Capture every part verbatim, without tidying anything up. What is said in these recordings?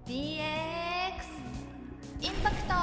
ディーエックス インパクト。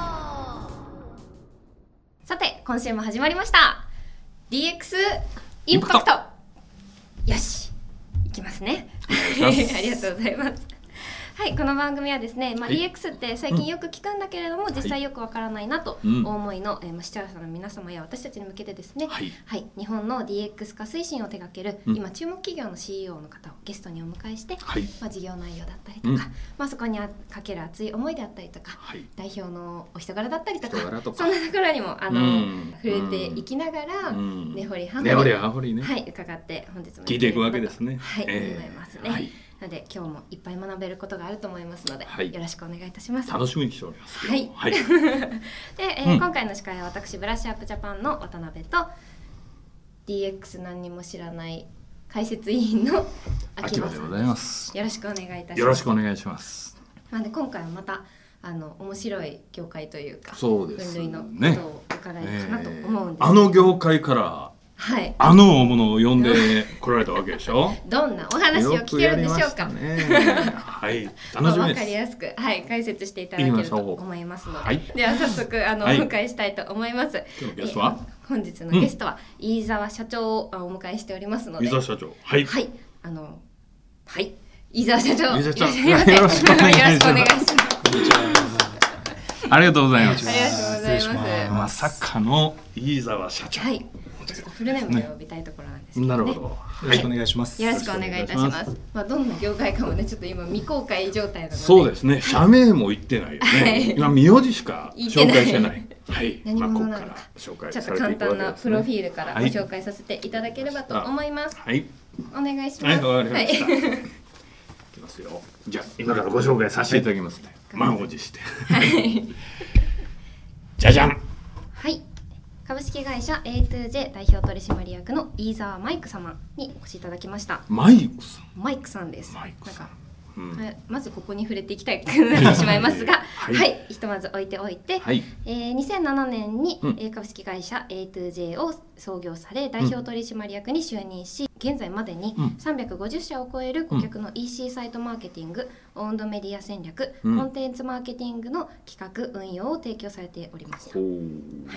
さて今週も始まりました ディーエックス インパクト。よしいきますねありがとうございます。はい、この番組はですね、まあはい、ディーエックス って最近よく聞くんだけれども、うん、実際よくわからないなとお思いの、はい、えー、視聴者の皆様や私たちに向けてですね、はいはい、日本の ディーエックス 化推進を手掛ける、うん、今注目企業の シーイーオー の方をゲストにお迎えして、はい、まあ、事業内容だったりとか、うん、まあ、そこにかける熱い思いであったりとか、はい、代表のお人柄だったりとか、とかそんなところにもあの、うん、触れていきながら、うん、根掘り葉掘り、ね、はい、伺って本日も聞いていくわけですね。 はい、えー、思いますね。はい、なので今日もいっぱい学べることがあると思いますので、はい、よろしくお願いいたします。 楽しみにしております。 はい。はい、で、えーうん、今回の司会は私ブラッシュアップジャパンの渡辺と ディーエックス 何にも知らない解説委員の秋葉さんです。 秋葉でございます。 よろしくお願いいたします。 よろしくお願いします。 なので今回はまたあの面白い業界というか、 そうですね、 分類のことを伺えるかなと思うんです、ね、 えー、あの業界からはい、あの大物を呼んで来られたわけでしょどんなお話を聞けるんでしょうか。ね、 はい、楽しみです。 分かりやすく、はい、解説していただけると思いますので、はい、では早速あの、はい、お迎えしたいと思います。 今日のゲストは、 えー、本日のゲストは、うん、飯沢社長をお迎えしておりますので、 飯沢社長、はい、 はい、あのはい飯沢社長、 飯沢社長、 よろしくお願いします。こんにちは。ありがとうございます。 ありがとうございます。まさかの飯沢社長。はい。 フルネームで呼びたいところなんですけどね。 なるほど。 よろしくお願いします。 よろしくお願いいたします。まあどんな業界かもねちょっと今未公開状態なので。 そうですね。社名も言ってないよね。今名字しか紹介してない。はい。 何者なのか。 紹介ちょっと簡単なプロフィールからご紹介させていただければと思います。はい。お願いします。 はい、わかりました。いきますよ。じゃあ今からご紹介させていただきますね。満を持して。はい。じゃじゃん。 はい。株式会社 エーツージェー 代表取締役の飯沢マイク様にお越しいただきました。 マイクさん。 マイクさんです。 マイクさん。 なんか、うん、まずここに触れていきたいくなってしまいますが、はい、はい、ひとまず置いておいて、はい、えー、にせんななねんに、うん、株式会社 エーツージェー を創業され代表取締役に就任し、うん、現在までにさんびゃくごじゅっしゃを超える顧客の イーシー サイトマーケティング、オウンドメディア戦略、うん、コンテンツマーケティングの企画運用を提供されておりました。はい、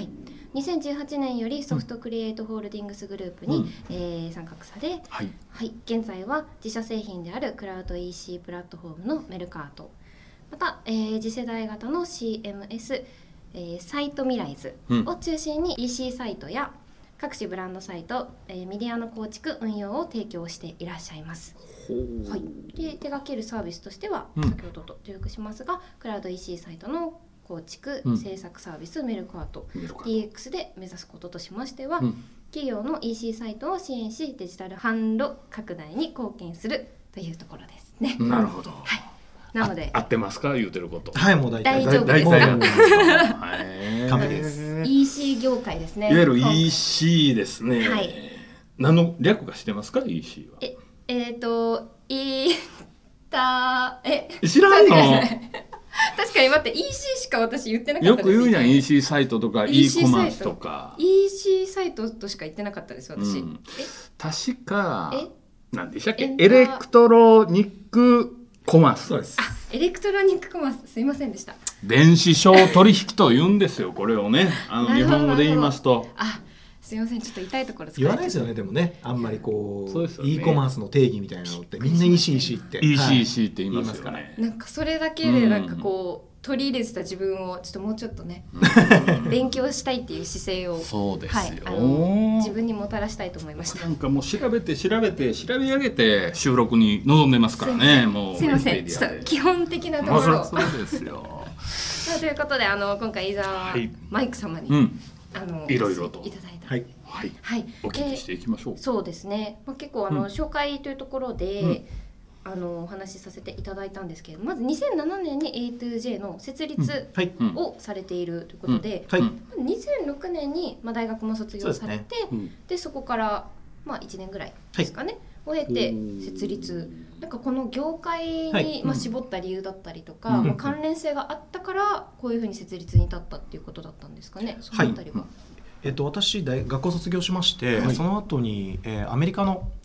にせんじゅうはちねんよりソフトクリエイトホールディングスグループに、うん、えー、参画され、はいはい、現在は自社製品であるクラウド イーシー プラットフォームのメルカート、また、えー、次世代型の シーエムエス、えー、サイトミライズを中心に イーシー サイトや各種ブランドサイト、えー、メディアの構築運用を提供していらっしゃいます。はい、で手掛けるサービスとしては、うん、先ほどと重複しますがクラウド イーシー サイトの構築、うん、制作サービスメルカート ディーエックス で目指すこととしましては、うん、企業の イーシー サイトを支援しデジタル販路拡大に貢献するというところですね。 なるほど、 はい、なので合ってますか言うてること。 はい、もう大体大丈夫ですか。 完璧です。 イーシー 業界ですね。 いわゆる イーシー ですね、はい、何の略かしてますか イーシー は。 ええーとイータえ知らんの確かに待って イーシー しか私言ってなかったです。 よく言うやん イーシー サイトとか e コマースとかイーシー サイトとしか言ってなかったです私、うん、 え確か何でしたっけ、エレクトロニックコマース。 そうです。 あ、エレクトロニックコマース、すいませんでした。 電子商取引と言うんですよこれをね、あの日本語で言いますと。 あ、すいませんちょっと痛いところ言わないですよね。でもね、あんまりこう、ね、e コマースの定義みたいなのってみんな イーシー イーシー ってイーシー イーシー って言いますからね。 なんかそれだけでなんかこう、うん、取り入れてた自分をちょっともうちょっとね勉強したいっていう姿勢をそうですよ、はい、 あの自分にもたらしたいと思いました。 なんかもう調べて調べて調べ上げて収録に臨んでますからね。もうすいませんちょっと基本的なところをそうですよということであの今回飯沢、はい、マイク様に、うん、あのいろいろといただいた、 はいはいはい、お聞きしていきましょう。 そうですね、まあ、結構あの、うん、紹介というところで、うんあのお話しさせていただいたんですけど、まずにせんななねんに エーツージェー の設立をされているということで、うんはい、にせんろくねんに、まあ、大学も卒業されて そ,、ねうん、でそこから、まあ、いちねんぐらいですかね、はい、を経て設立、なんかこの業界に、はい、まあ、絞った理由だったりとか、うんまあ、関連性があったからこういうふうに設立に至ったっていうことだったんですかね。そのあたりは、はいえっと、私大学校卒業しまして、はい、その後に、えー、アメリカの、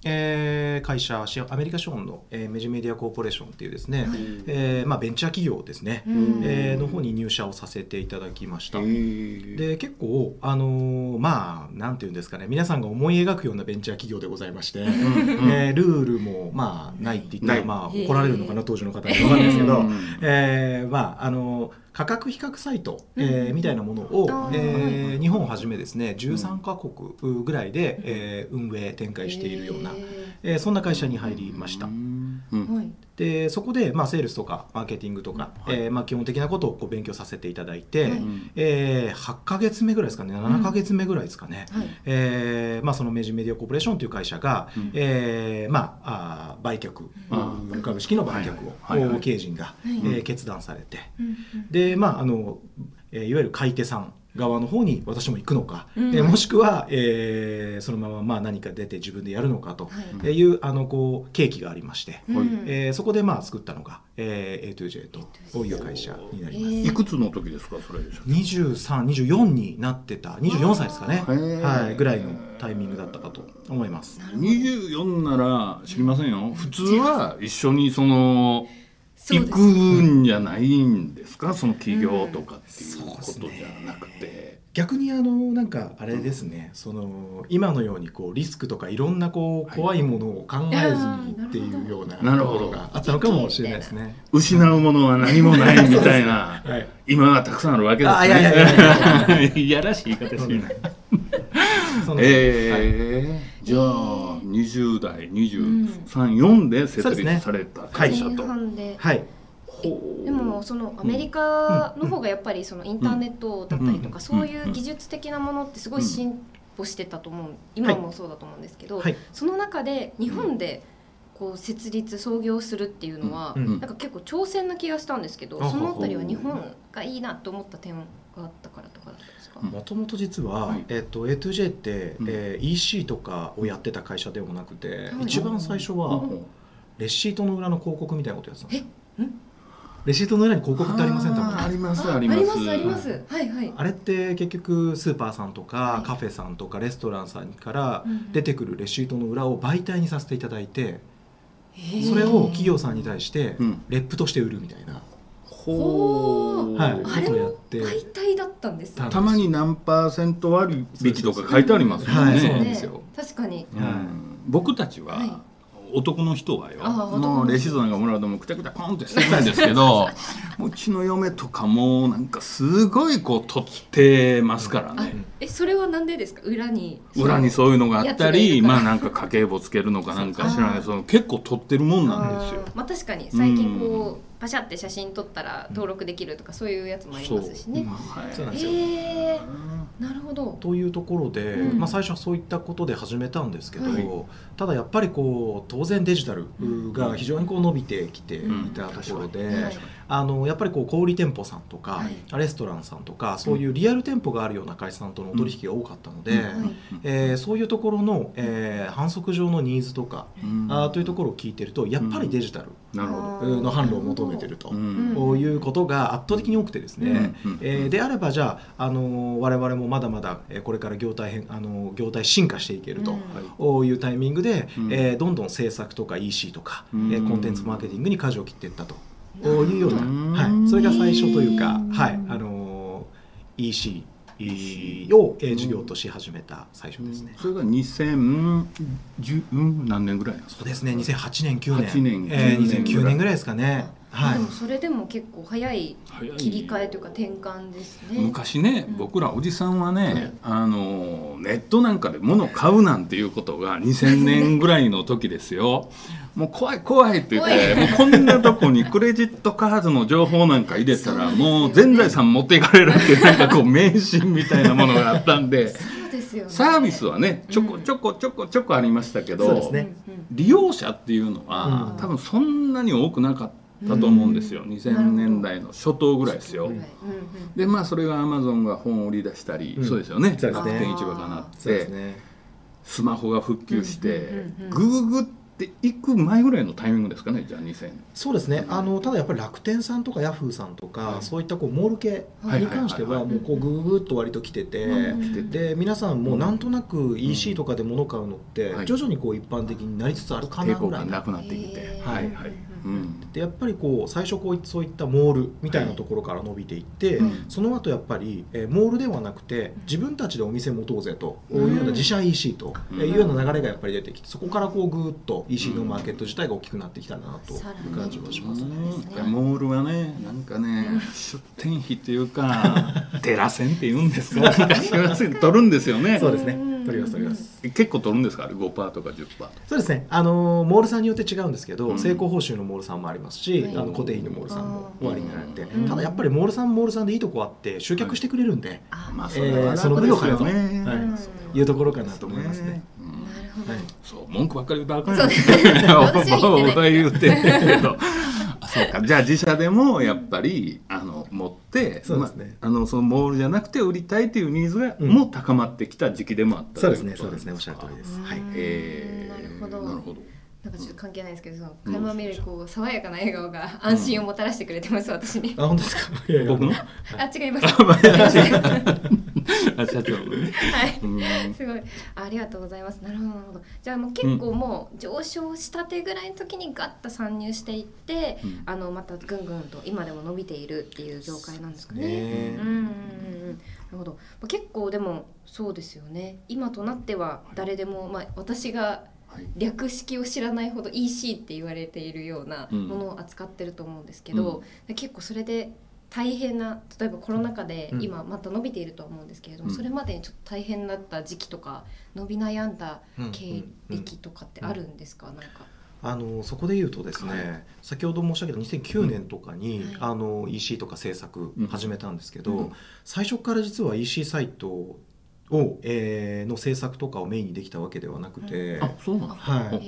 えー、会社アメリカ資本の、えー、メジメディアコーポレーションっていうですね、はい、えーまあ、ベンチャー企業ですね、えー、の方に入社をさせていただきました。で結構あのー、まあなんていうんですかね、皆さんが思い描くようなベンチャー企業でございまして、えー、ルールもまあないって言ったら、まあ、怒られるのかな当時の方に分かんないですけど、えー、まああのー価格比較サイト、えー、みたいなものを、えー、日本をはじめですねじゅうさんカ国ぐらいで、えー、運営展開しているような、えー、そんな会社に入りました。うん、でそこで、まあ、セールスとかマーケティングとか、はい、えーまあ、基本的なことをこう勉強させていただいて、はい、えー、はちかげつめぐらいですかねななかげつめぐらいですかね、うん、はい、えーまあ、そのメジメディアコーポレーションという会社が、うん、えーまあ、あ売却、うん、株式の売却を、はいはいはい、経営陣が、はい、えー、決断されて、うん、で、まああのえー、いわゆる買い手さん側の方に私も行くのか、うん、えー、もしくは、えー、そのまままあ何か出て自分でやるのかという、はい、あのこう契機がありまして、うん、えー、そこでまあ作ったのが、えー、エーツージェー という会社になります。 えー、いくつの時ですかそれ？ にじゅうさん、にじゅうよんになってたにじゅうよんさいですかね、はい、ぐらいのタイミングだったかと思います。 にじゅうよんなら知りませんよ、うん、普通は一緒にその行くんじゃないんですか、その企業とかっていうことじゃなくて、うん、 逆にあのなんかあれですね、うん、その今のようにこうリスクとかいろんなこう怖いものを考えずにっていうようなところがあったのかもしれないですね。 失うものは何もないみたいなはい、今はたくさんあるわけですね。あ、いやいやいやいやいやらしい言い方ですね。えー、じゃあにじゅう代にじゅうさん、よんで設立された会社と、 はい、 でもそのアメリカの方がやっぱりそのインターネットだったりとかそういう技術的なものってすごい進歩してたと思う、今もそうだと思うんですけど、はい、その中で日本でこう設立創業するっていうのはなんか結構挑戦な気がしたんですけど、そのあたりは日本がいいなと思った点があったからとかだったんですか？ もともと実は、はい、えー、と エーツージェー って、うん、えー、イーシー とかをやってた会社でもなくて、うん、一番最初は、うん、レシートの裏の広告みたいなことやってたんですよ。えんレシートの裏に広告ってありません？多分ありますありますありますあります、はいはい、 あれって結局スーパーさんとか、はい、カフェさんとかレストランさんから出てくるレシートの裏を媒体にさせていただいて、それを企業さんに対してレップとして売るみたいな、 ほう、 はい、あれも媒体だったんですね。 たまに何パーセント割引とか書いてありますよね。 はい、そうなんですよ。 確かに、 うん、僕たちは、はい、男の人はよ、もうレシートなんかもらうともうくたくたポンってしてるんですけどうちの嫁とかもなんかすごいこう取ってますからね。 え、それはなんでですか？裏に裏にそういうのがあったり、まあなんか家計簿つけるのかなんか知らない、その結構取ってるもんなんですよ。 まあ確かに最近こう、うん、パシャって写真撮ったら登録できるとかそういうやつもありますしね。 そうなんですよ。 へー、なるほど。 というところで、うん、まあ、最初はそういったことで始めたんですけど、はい、ただやっぱりこう当然デジタルが非常にこう伸びてきていたところで、うん、はい、あのやっぱりこう小売店舗さんとか、はい、レストランさんとかそういうリアル店舗があるような会社さんとのお取引が多かったので、うん、はい、えー、そういうところの、えー、反則上のニーズとか、うん、あというところを聞いてるとやっぱりデジタルの販路を求めてると、うん、いうことが圧倒的に多くてですね、うん、えー、であればじゃあ、あの我々もまだまだこれから業態変あの業態進化していけるというタイミングで、うん、えー、どんどん制作とか イーシー とか、うん、えー、コンテンツマーケティングに舵を切っていったというような、はい、それが最初というか、はい、あの イーシー を事業とし始めた最初ですね。 それがにせんじゅう何年ぐらいなんですか？ そうですね、にせんはちねんきゅうねん、 はちねん、 えー、にせんきゅうねんぐらいですかね。 はい、でもそれでも結構早い切り替えというか転換ですね。 昔ね、うん、僕らおじさんはね、はい、あのネットなんかで物を買うなんていうことがにせんねんぐらいの時ですよ。もう怖い怖いって言ってもうこんなとこにクレジットカードの情報なんか入れたらもう全財産持っていかれるっていうなんかこう迷信みたいなものがあったんでそうですよね、 サービスはねちょこちょこちょこちょこありましたけど、 そうですね、 利用者っていうのは、うん、多分そんなに多くなかっただと思うんですよ、うん、にせんねんだいの初頭ぐらいですよ、うん、でまあそれがアマゾンが本を売り出したり、うん、そうですよね、楽天市場がなって、ね、スマホが復旧して、うんうんうんうん、ググっっていく前ぐらいのタイミングですかね、じゃあにせん。 そうですね。あのただやっぱり楽天さんとかヤフーさんとか、はい、そういったこうモール系に関してはもうこうグーグーっと割と来てて、で皆さんもなんとなく イーシー とかで物買うのって徐々にこう一般的になりつつあるかなぐらいなくなってきて、 はいはい。うん、でやっぱりこう最初こうそういったモールみたいなところから伸びていって、はい、その後やっぱり、えー、モールではなくて自分たちでお店持とうぜというような自社 イーシー というような流れがやっぱり出てきて、そこからこうぐーっと イーシー のマーケット自体が大きくなってきたなという感じはしますね。 モールはね、なんかね、出店費というかテラセンって言うんですか、なんかすみません、取るんですよね。 そうですね、取ります取ります。 結構取るんですか、あれ ごパーセント とか じゅっパーセント。 そうですね、あのモールさんによって違うんですけど、うん、成功報酬のモールさんもありますし、うん、あの固定費のモールさんもおありになられて、うん、ただやっぱりモールさんモールさんでいいとこあって集客してくれるんで、その分の金と、はい、いうところかなと思いますね。 はい、そう文句ばっかり言うとあかんねん。お題言ってけど、そうか。じゃあ自社でもやっぱりあの持って、 そうですね。 まあのそのモールじゃなくて売りたいというニーズがもう高まってきた時期でもあった。 そうですね、そうですね、おっしゃる通りです。はい。 えー、なるほど。なるほど。なんかちょっと関係ないですけど、その垣間見るこう爽やかな笑顔が安心をもたらしてくれてます、私に。 あ、本当ですか。 いやいや僕の？ あ、違います。 あ、社長のね。 はい。すごい。ありがとうございます。なるほどなるほど。じゃあもう結構もう上昇したてぐらいの時にガッと参入していって、うん、あのまたぐんぐんと今でも伸びているっていう業界なんですかね。うんうんうん。なるほど。結構でもそうですよね。今となっては誰でも、まあ私が略式を知らないほど イーシー って言われているようなものを扱ってると思うんですけど、うん、結構それで大変な、例えばコロナ禍で今また伸びているとは思うんですけれども、うん、それまでにちょっと大変だった時期とか伸び悩んだ経歴とかってあるんですか？なんかあのそこで言うとですね、はい、先ほど申し上げたにせんきゅうねんとかに、うん、あの イーシー とか制作始めたんですけど、うん、最初から実は イーシー サイトを、えー、の制作とかをメインにできたわけではなくて、 あ、そうなんですか。 はい、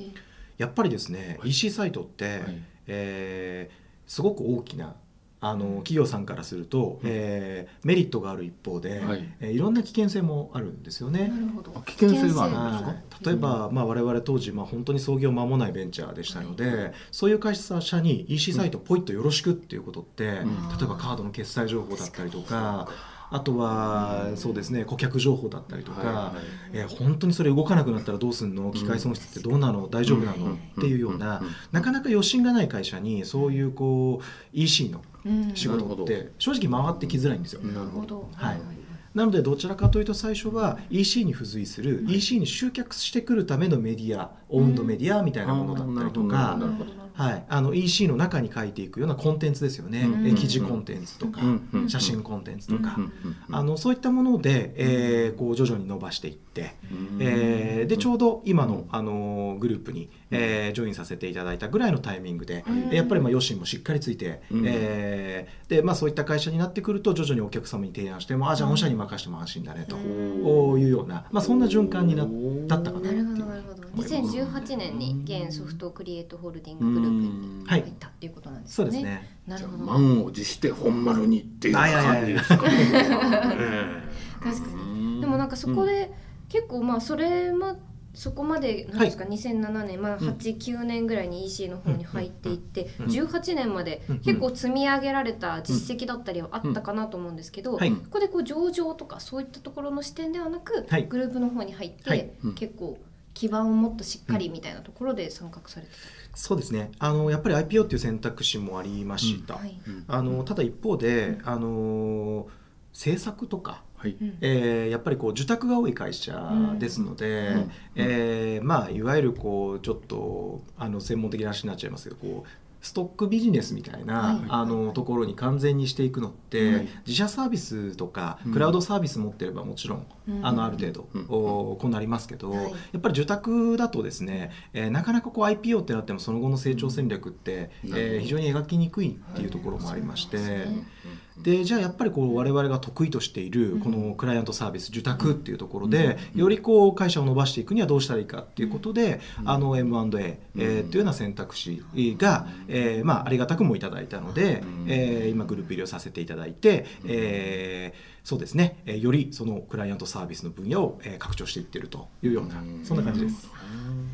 やっぱりですね イーシー サイトって、はい、えー、すごく大きなあの企業さんからすると、うん、えー、メリットがある一方で、はい、えー、いろんな危険性もあるんですよね。 なるほど。 危険性があるんですか。はい、 例えば、まあ、我々当時、まあ、本当に創業間もないベンチャーでしたので、はい、そういう会社に イーシー サイトポイッとよろしくっていうことって、うん、例えばカードの決済情報だったりとか、あとはそうですね、顧客情報だったりとか、はいはい、えー、本当にそれ動かなくなったらどうすんの、機械損失ってどうなの、大丈夫なのっていうような、なかなか余震がない会社にそういうこう イーシー の仕事って正直回ってきづらいんですよ。 なるほど。 はい。なのでどちらかというと最初は イーシー に付随する イーシー に集客してくるためのメディア、オウンドメディアみたいなものだったりとか、はい、あの イーシー の中に書いていくようなコンテンツですよね、うん、記事コンテンツとか、うん、写真コンテンツとか、うん、あのそういったもので、えー、こう徐々に伸ばしていって、うん、えー、でちょうど今の、あのグループに、えー、ジョインさせていただいたぐらいのタイミングで、うん、やっぱりまあ余震もしっかりついて、うん、えーでまあ、そういった会社になってくると徐々にお客様に提案しても、あ、じゃあ御社に任せても安心だねというような、まあ、そんな循環になったかなっていう。 なるほどなるほど。にせんじゅうはちねんに現ソフトクリエイトホールディンググループに入ったっていうことなんですね。 そうですね。 なるほど。 満を持して本丸にっていう感じですかね。 確かに。でもなんかそこで結構まあそれもそこまでなんですか、はい、にせんななねん、まあ、はち、きゅうねんぐらいに イーシー の方に入っていって、うん、じゅうはちねんまで結構積み上げられた実績だったりはあったかなと思うんですけど、うんはい、ここでこう上場とかそういったところの視点ではなく、はい、グループの方に入って、はい、結構基盤をもっとしっかりみたいなところで参画されてた、 うん、そうですね。あのやっぱり アイピーオー っていう選択肢もありました、うん、はい、あのただ一方で、あの制作とか、はい、えー、やっぱりこう受託が多い会社ですので、うんうん、えーまあ、いわゆるこうちょっとあの専門的な話になっちゃいますけど、こうストックビジネスみたいな、はい、あのところに完全にしていくのって、はい、自社サービスとか、うん、クラウドサービス持ってればもちろん、うん、あのある程度、うん、こうなりますけど、はい、やっぱり受託だとですね、えー、なかなかこう アイピーオー ってなってもその後の成長戦略って、うん、えー、非常に描きにくいっていうところもありまして、はい、でじゃあやっぱりこう我々が得意としているこのクライアントサービス受託っていうところで、よりこう会社を伸ばしていくにはどうしたらいいかっていうことで、あの エムアンドエー、えー、というような選択肢が、えーまあ、ありがたくもいただいたので、えー、今グループ入りをさせていただいて、えー、そうですね、よりそのクライアントサービスの分野を拡張していっているというような、そんな感じです。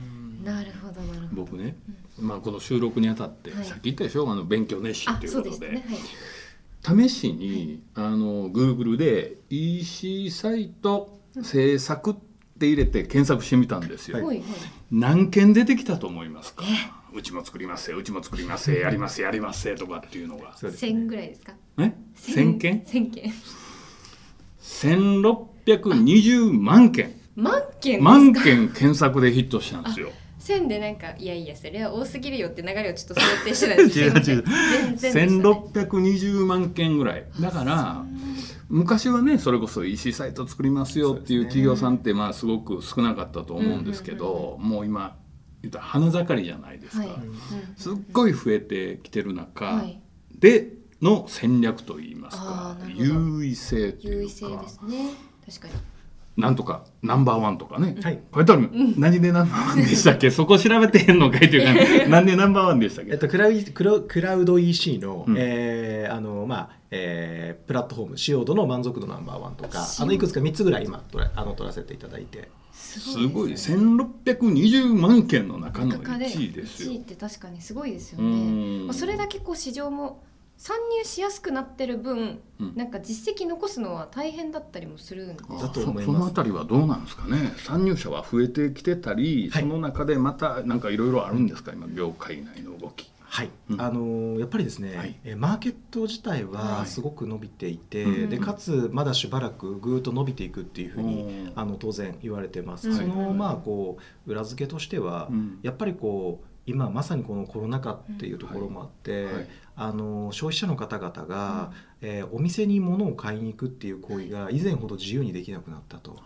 なるほどなるほど。 僕ね、うん、まあこの収録にあたって、はい、さっき言ったでしょ、あの勉強熱心ということで、ねはい、試しにあの Google で イーシー サイト制作って入れて検索してみたんですよ、はい、何件出てきたと思いますか？うちも作りますよ、うちも作りますよ、やりますやりますよとかっていうのがせんぐらいですか？ えせんけんせんけんせんろっぴゃくにじゅうまんけん万件万件検索でヒットしたんですよ。 せんでなんかいやいやそれは多すぎるよって流れをちょっと想定してないです違う違う全然、ね、せんろっぴゃくにじゅうまんけんぐらいだから昔はねそれこそ イーシー サイト作りますよっていう企業さんってまあすごく少なかったと思うんですけど、もう今言ったら花盛りじゃないですか、はい、すっごい増えてきてる中、はい、での戦略といいますか優位性というか優位性ですね。確かになんとかナンバーワンとかね、はい、これと何でナンバーワンでしたっけそこ調べてへんのかいというか何でナンバーワンでしたっけ、 えっと、クラウクラクラウド イーシー の、うんえーあのまあえー、プラットフォーム仕様度の満足度ナンバーワンとかあのいくつかみっつぐらい今取らあの取らせていただいてすごい、ね、せんろっぴゃくにじゅうまんけんの中のいちいですよ。 いちいって確かにすごいですよね。まあ、それだけこう市場も参入しやすくなってる分、うん、なんか実績残すのは大変だったりもするんですだと思います。そのあたりはどうなんですかね。参入者は増えてきてたり、はい、その中でまたなんかいろいろあるんですか、今業界内の動き。 はい、うん、あのやっぱりですね、はい、マーケット自体はすごく伸びていて、はい、でかつまだしばらくぐーっと伸びていくっていうふうにあの当然言われてます、うん、そのまあこう裏付けとしては、うん、やっぱりこう今まさにこのコロナ禍っていうところもあって、はいはい、あの消費者の方々が、うんえー、お店に物を買いに行くっていう行為が以前ほど自由にできなくなったと、 うん、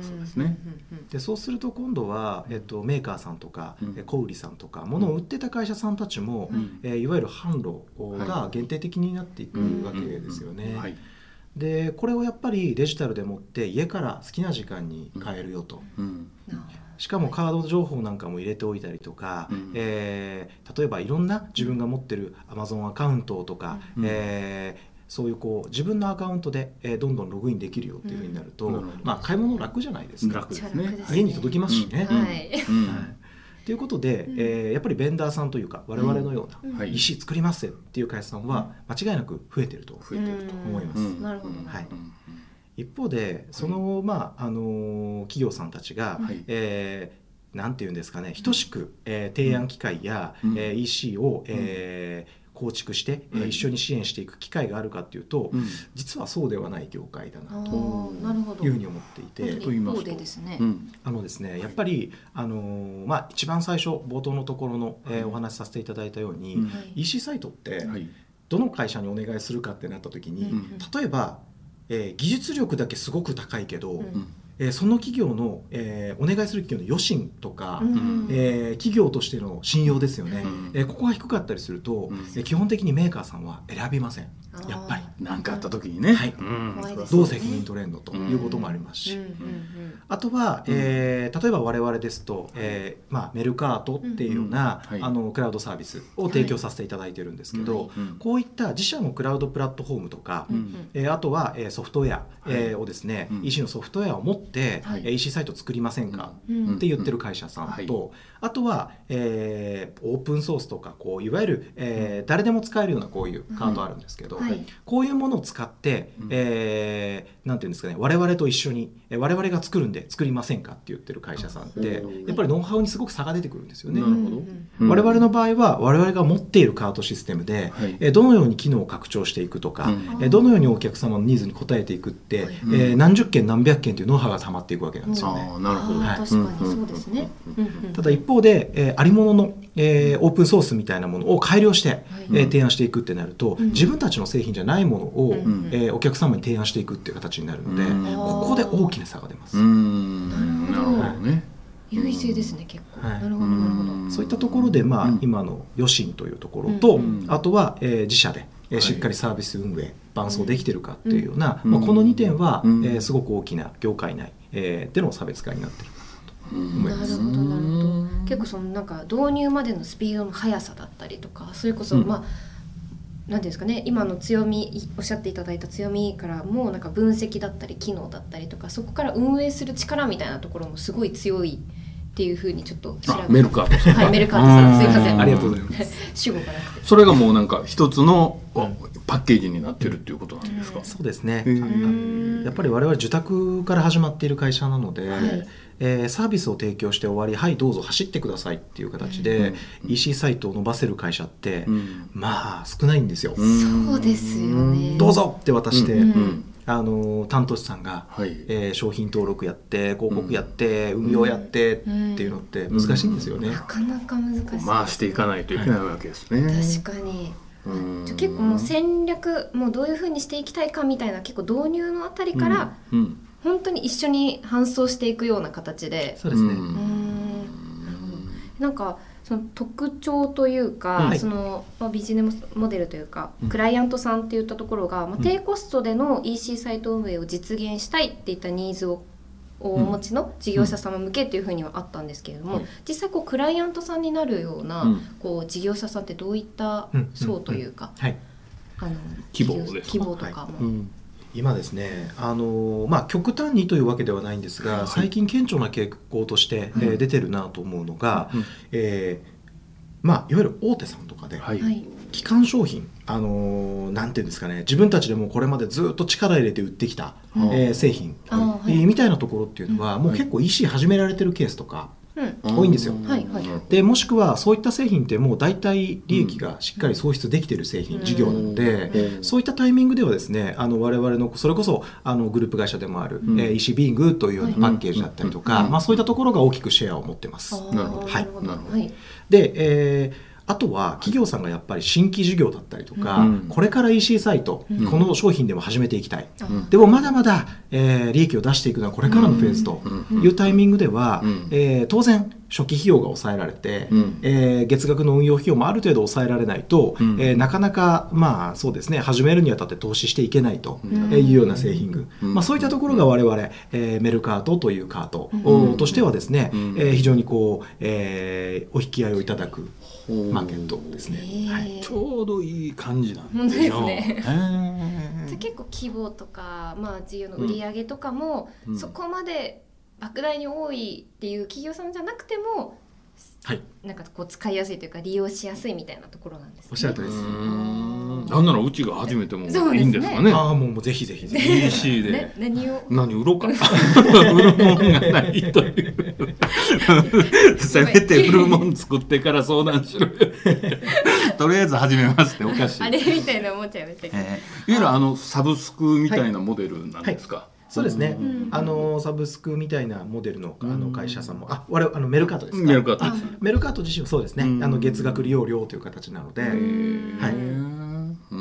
そうですね。 でそうすると今度は、えっと、メーカーさんとか、うん、小売さんとか物を売ってた会社さんたちも、うんえー、いわゆる販路が限定的になっていくわけですよね。でこれをやっぱりデジタルでもって家から好きな時間に買えるよと、うんうんしかもカード情報なんかも入れておいたりとか、うんえー、例えばいろんな自分が持ってる Amazon アカウントとか、うんえー、そういうこう自分のアカウントで、えー、どんどんログインできるよっていうふうになると、うんまあ、買い物楽じゃないですか。 楽ですね。 家に届きますしね。 うんはいうんはいということで、うんえー、やっぱりベンダーさんというか我々のような、うん、イーシー 作りますっていう会社さんは間違いなく増えてると思います。 うん、なるほど、 はい一方でその、まああのー、企業さんたちが、はいえー、なんていうんですかね等しく、えー、提案機会や、うんえー、イーシー を、えー構築して、うん、一緒に支援していく機会があるかっていうと、うん、実はそうではない業界だなというふうに思っていて、 と言いますとですね、 あのですねやっぱりあのーまあ、一番最初冒頭のところの、えー、お話しさせていただいたように、うん、イーシー サイトってどの会社にお願いするかってなった時に、うん、例えば、えー、技術力だけすごく高いけど、うんえー、その企業の、えー、お願いする企業の余震とか、うんえー、企業としての信用ですよね、うんえー、ここが低かったりすると、うんえー、基本的にメーカーさんは選びません。やっぱり何かあった時にね、はいうん、どう責任取れんのということもありますし、うんうんうん、あとは、えー、例えば我々ですと、えーまあ、メルカートっていうような、うんうんはい、あのクラウドサービスを提供させていただいてるんですけど、はいうん、こういった自社のクラウドプラットフォームとか、うんえー、あとは、えー、ソフトウェア、えー、をですね、はい、イーシー のソフトウェアを持って、はい、イーシー サイト作りませんか、うん、って言ってる会社さんと、うんはい、あとは、えー、オープンソースとかこういわゆる、えー、誰でも使えるようなこういうカードあるんですけど、はい、こういうものを使って、うんえー、なんていうんですかね我々と一緒に我々が作るんで作りませんかって言ってる会社さんってやっぱりノウハウにすごく差が出てくるんですよね。なるほど、うん、我々の場合は我々が持っているカートシステムで、はい、えどのように機能を拡張していくとか、うん、どのようにお客様のニーズに応えていくって、はいえー、何十件何百件というノウハウが溜まっていくわけなんですよね。 あなるほど、 はい、確かにそうですね、 うんうん、ただ一方で、えー、ありものの、えー、オープンソースみたいなものを改良して、はいえー、提案していくってなると、うん、自分たちの製品じゃないものを、うんえー、お客様に提案していくっていう形になるので、うん、ここで大きな差が出ます。 うんなるほど、ね、優位性ですね結構、はい、なるほどなるほど。 そういったところで、まあうん、今の余震というところと、うん、あとは、えー、自社で、えー、しっかりサービス運営、はい、伴走できてるかっていうような、うんまあ、このにてんは、うんえー、すごく大きな業界内、えー、での差別化になっているかなと思います。 なるほどなるほど。結構そのなんか導入までのスピードの速さだったりとかそれこそ、うん、まあなんですかね、今の強みおっしゃっていただいた強みからもなんか分析だったり機能だったりとかそこから運営する力みたいなところもすごい強いっていうふうにちょっと調べて、 メルカートさん、 はい、メルカートさん、すいません、 ありがとうございます主語がなくて、 それがもうなんか一つのパッケージになってるっていうことなんですか？ うん、そうですね。 やっぱり我々受託から始まっている会社なので、はい、えー、サービスを提供して終わり、はいどうぞ走ってくださいっていう形で、うん、イーシー サイトを伸ばせる会社って、うん、まあ少ないんですよ。 そうですよね。 どうぞって渡して、 うんうん、 あの担当者さんが、はい、えー、商品登録やって広告やって、うん、運用やってっていうのって難しいんですよね。 なかなか難しい。 回していかないといけないわけですね。 はい、確かに。じゃ結構もう戦略もうどういうふうにしていきたいかみたいな結構導入のあたりから、うんうん、本当に一緒に搬送していくような形で。 そうですね。 うん、なるほど。なんかその特徴というか、はい、そのまあ、ビジネスモデルというか、うん、クライアントさんっていったところが、まあ、低コストでの イーシー サイト運営を実現したいっていったニーズをお持ちの事業者様向けっていうふうにはあったんですけれども、うん、実際こうクライアントさんになるような、うん、こう事業者さんってどういった層というか、 うんうんうん、はい、 あの規模ですか？ 規模とかも、はい、うん、 今ですね、あのまあ、極端にというわけではないんですが、はい、最近顕著な傾向として、うん、えー、出てるなと思うのが、うん、えーまあ、いわゆる大手さんとかで、はい、基幹商品、あのー、なんていうんですかね、自分たちでもこれまでずっと力入れて売ってきた、うん、えー、製品、はい、えー、みたいなところっていうのは、うん、もう結構 イーシー 始められてるケースとか、うん、多いんですよ。はいはい、でもしくはそういった製品ってもう大体利益がしっかり創出できている製品、うん、事業なので、うん、そういったタイミングではですね、あの我々のそれこそあのグループ会社でもある、うん、えー、イーシー ビングというようなパッケージだったりとか、うん、まあ、そういったところが大きくシェアを持ってます。 なるほど、はい、 で、えーあとは企業さんがやっぱり新規事業だったりとか、うん、これから イーシー サイト、うん、この商品でも始めていきたい、うん、でもまだまだ、えー、利益を出していくのはこれからのフェーズというタイミングでは、うん、えー、当然初期費用が抑えられて、うん、えー、月額の運用費用もある程度抑えられないと、うん、えー、なかなかまあそうですね、始めるにあたって投資していけないというような製品群、うん、まあ、そういったところが我々、えー、メルカートというカート、うん、としてはですね、うん、えー、非常にこう、えー、お引き合いをいただくマーケットですね。 はい、ちょうどいい感じなんですよ。 ですね。じゃ結構規模とか、まあ、事業の売り上げとかも、うん、そこまで莫大に多いっていう企業さんじゃなくても、はい、なんかこう使いやすいというか利用しやすいみたいなところなんですね。 おっしゃるとりです。 なんならうちが初めてもいいんですかね。ああ、もうもうぜひぜひぜひ。 イーシー で、ね、 何を何売ろうか。売るもんがないという。せめて売るもん作ってから相談しろよ。とりあえず始めますっておかしい。 あれみたいな思っちゃいましたけど。えー、いわゆるあのサブスクみたいなモデルなんですか。 はいはい、そうですね、うん、あのサブスクみたいなモデル の, あの会社さんも、あ、我々あのメルカートですか。 メルカート、 メルカート自身はそうですね、あの月額利用料という形なので、はい、 うん、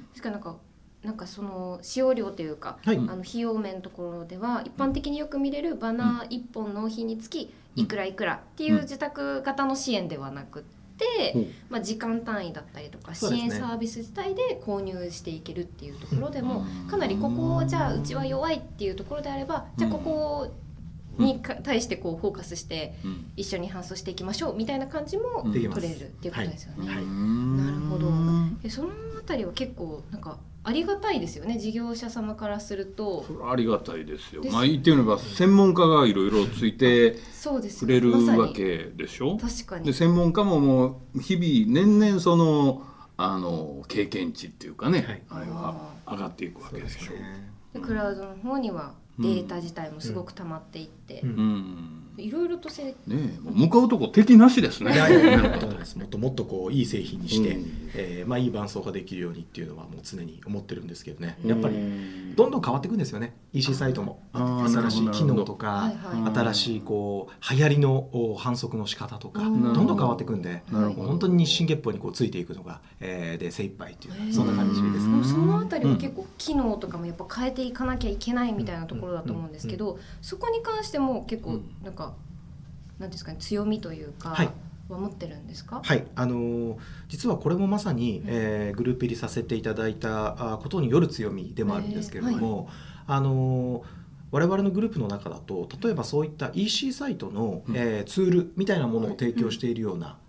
しかなんかなんかその使用料というか、はい、あの費用面のところでは一般的によく見れるバナーいっぽん納品につきいくらいくらっていう自宅型の支援ではなくて、うん、まあ、時間単位だったりとか支援サービス自体で購入していけるっていうところでも、かなりここをじゃあうちは弱いっていうところであれば、じゃあここに対してこうフォーカスして一緒に搬送していきましょうみたいな感じも取れるっていうことですよね。はいはい、なるほど。え、そのあたりは結構なんかありがたいですよね、事業者様からすると。 それありがたいですよ。まあ言ってみれば専門家がいろいろついてくれるわけでしょ。 確かに。 で専門家ももう日々年々そのあの経験値っていうかね、はい、あれは上がっていくわけでしょ。 でクラウドの方にはデータ自体もすごく溜まっていって、うんうん、いろいろとせ、 ね、もう向かうとこ敵なしですね。 いやいやいやもっともっとこういい製品にして、うん、えーまあ、いい伴走ができるようにっていうのはもう常に思ってるんですけどね。やっぱりどんどん変わっていくんですよね、 イーシー サイトも。新しい機能とか、新しいこう流行りの反則の仕方とかどんどん変わっていくんで、本当に日進月歩にこうついていくのが、えー、で精一杯っていうそんな感じですね。 そのあたりは結構機能とかもやっぱ変えていかなきゃいけないみたいなところだと思うんですけど、そこに関しても結構なんかなんですかね、強みというか、はい、は持ってるんですか？ はい、あのー、実はこれもまさに、えー、グループ入りさせていただいたことによる強みでもあるんですけれども、はい、あのー我々のグループの中だと例えばそういった イーシー サイトの、うん、えー、ツールみたいなものを提供しているような、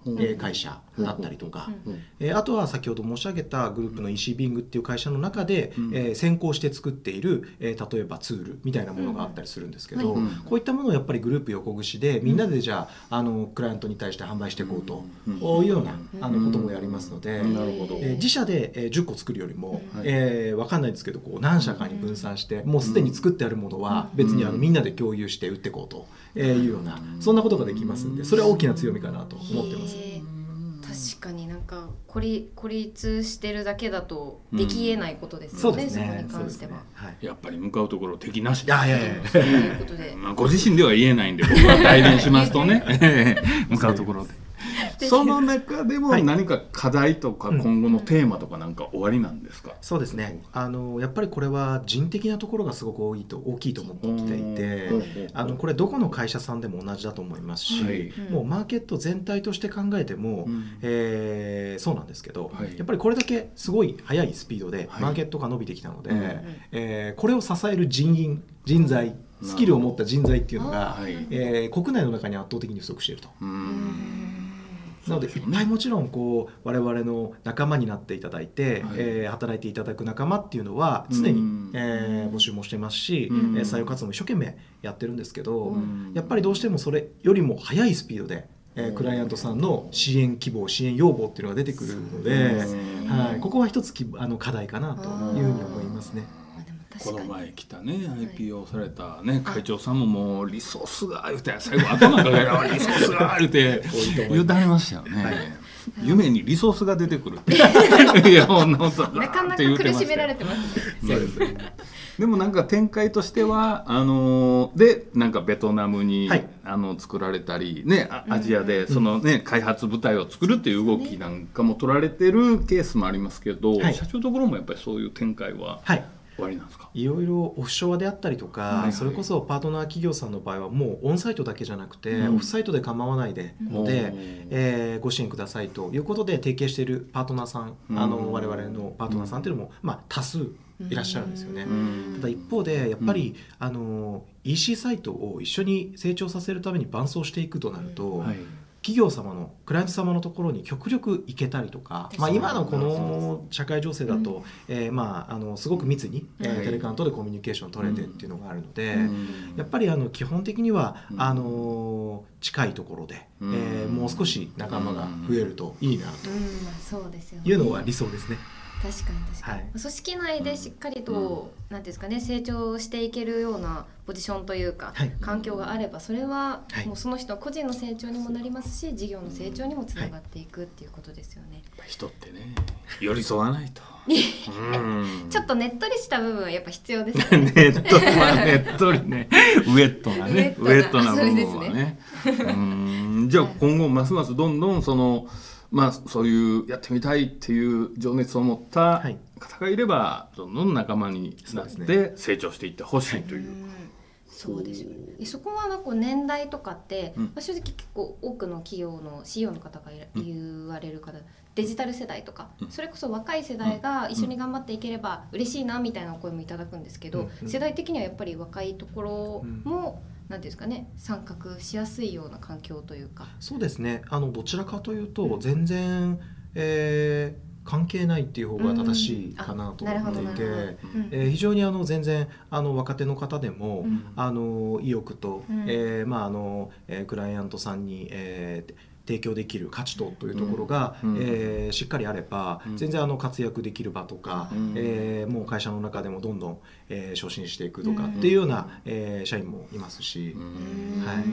えー、会社だったりとか、えー、あとは先ほど申し上げたグループの イーシー ビングっていう会社の中で、えー、先行して作っている、えー、例えばツールみたいなものがあったりするんですけど、こういったものをやっぱりグループ横串でみんなでじゃあ、あのクライアントに対して販売していこうというようなあのこともやりますので、えー、自社で、えー、じゅっこ作るよりも、えー、分かんないですけどこう何社かに分散してもうすでに作ってあるものは別にあのみんなで共有して売っていこうというようなそんなことができますんで、それは大きな強みかなと思ってます。 確かになんか孤立、孤立してるだけだとできえないことですよね、うん、そ, ねそこに関しては、ねはい、やっぱり向かうところ敵なしです、ね、いやいやいやということで、 まあ、ご自身では言えないんで僕は代弁しますとね向かうところでその中でも何か課題とか今後のテーマとかなんか終わりなんですか？ うん、そうですね、あのやっぱりこれは人的なところがすごく多いと大きいと思っていて、あのこれどこの会社さんでも同じだと思いますし、はい、もうマーケット全体として考えても、うんえー、そうなんですけど、はい、やっぱりこれだけすごい速いスピードでマーケットが伸びてきたので、はいえー、これを支える人員人材スキルを持った人材っていうのが、はいえー、国内の中に圧倒的に不足していると。うんなのでいっぱいもちろんこう我々の仲間になっていただいて、はいえー、働いていただく仲間っていうのは常に、えー、募集もしてますし、えー、採用活動も一生懸命やってるんですけど、やっぱりどうしてもそれよりも速いスピードで、えー、クライアントさんの支援希望支援要望っていうのが出てくるので、はい、ここは一つきあの課題かなというふうに思いますね。 この前来たね アイピーオー されたね会長さんももうリソースが言うて最後頭かけらリソースが言うて言うてありましたよね、はい、夢にリソースが出てくるっていやほんなことなかなか苦しめられてますね。 でもなんか展開としてはあのー、でなんかベトナムに、はい、あの作られたりねアジアでそのね、うん、開発部隊を作るっていう動きなんかも取られてるケースもありますけど、はい、社長のところもやっぱりそういう展開は、はい終わりなんですか？ いろいろオフショアであったりとか、はいはい、それこそパートナー企業さんの場合はもうオンサイトだけじゃなくて、うん、オフサイトで構わないでので、うんえー、ご支援くださいということで提携しているパートナーさん、うん、あの我々のパートナーさんというのも、まあ、多数いらっしゃるんですよね、うん、ただ一方でやっぱり、うん、あの イーシー サイトを一緒に成長させるために伴走していくとなると、うんはい企業様のクライアント様のところに極力行けたりとか、まあ、今のこの社会情勢だと、うんえーまあ、あのすごく密に、えー、テレカントでコミュニケーション取れてっていうのがあるので、うん、やっぱりあの基本的には、うん、あの近いところで、うんえー、もう少し仲間が増えるといいなというのは理想ですね。 確かに確かに、はい、組織内でしっかりと、うん、なんていうんですかね、成長していけるようなポジションというか、はい、環境があればそれはもうその人個人の成長にもなりますし事業の成長にもつながっていくっていうことですよね、 はい、人ってね寄り添わないとうんちょっとねっとりした部分はやっぱ必要ですねねっとり、まあ、ねっとりねウエットなねウエットな部分はねうんじゃあ今後ますますどんどんそのまあ、そういうやってみたいっていう情熱を持った方がいれば、はい、どんどん仲間になって成長していってほしいという。 そうですよね。そこはなんか年代とかって、うんまあ、正直結構多くの企業の シーイーオー の方が言われる方、うん、デジタル世代とか、うん、それこそ若い世代が一緒に頑張っていければ嬉しいなみたいなお声もいただくんですけど、うん、世代的にはやっぱり若いところも、うんなんていうんですかね、参画しやすいような環境というか。 そうですね、あのどちらかというと全然、うんえー、関係ないっていう方が正しいかなと思っていて、うんえー、非常にあの全然あの若手の方でも、うん、あの意欲と、うんえーまああのえー、クライアントさんに、えー提供できる価値とというところが、うんえー、しっかりあれば、うん、全然あの活躍できる場とか、うんえー、もう会社の中でもどんどん、えー、昇進していくとかっていうような、うんえー、社員もいますし、うんはい、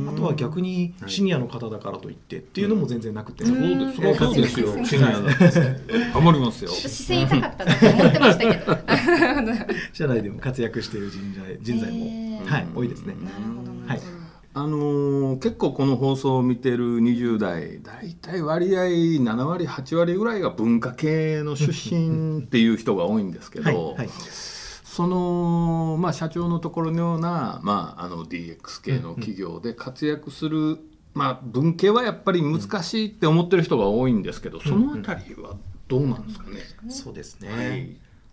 あとは逆にシニアの方だからといってっていうのも全然なくて、 うん、そうです、そうですよシニアだって頑張りますよ。 姿勢高かったなと思ってましたけど社内でも活躍している人材、人材も、えーはい、多いですね。 なるほど、 はいあのー、結構この放送を見てるにじゅう代だいたい割合なな割はち割ぐらいが文化系の出身っていう人が多いんですけどはい、はい、その、まあ、社長のところのような、まあ、あの ディーエックス 系の企業で活躍する、まあ、文系はやっぱり難しいって思ってる人が多いんですけどそのあたりはどうなんですかね。 そうですね、 はい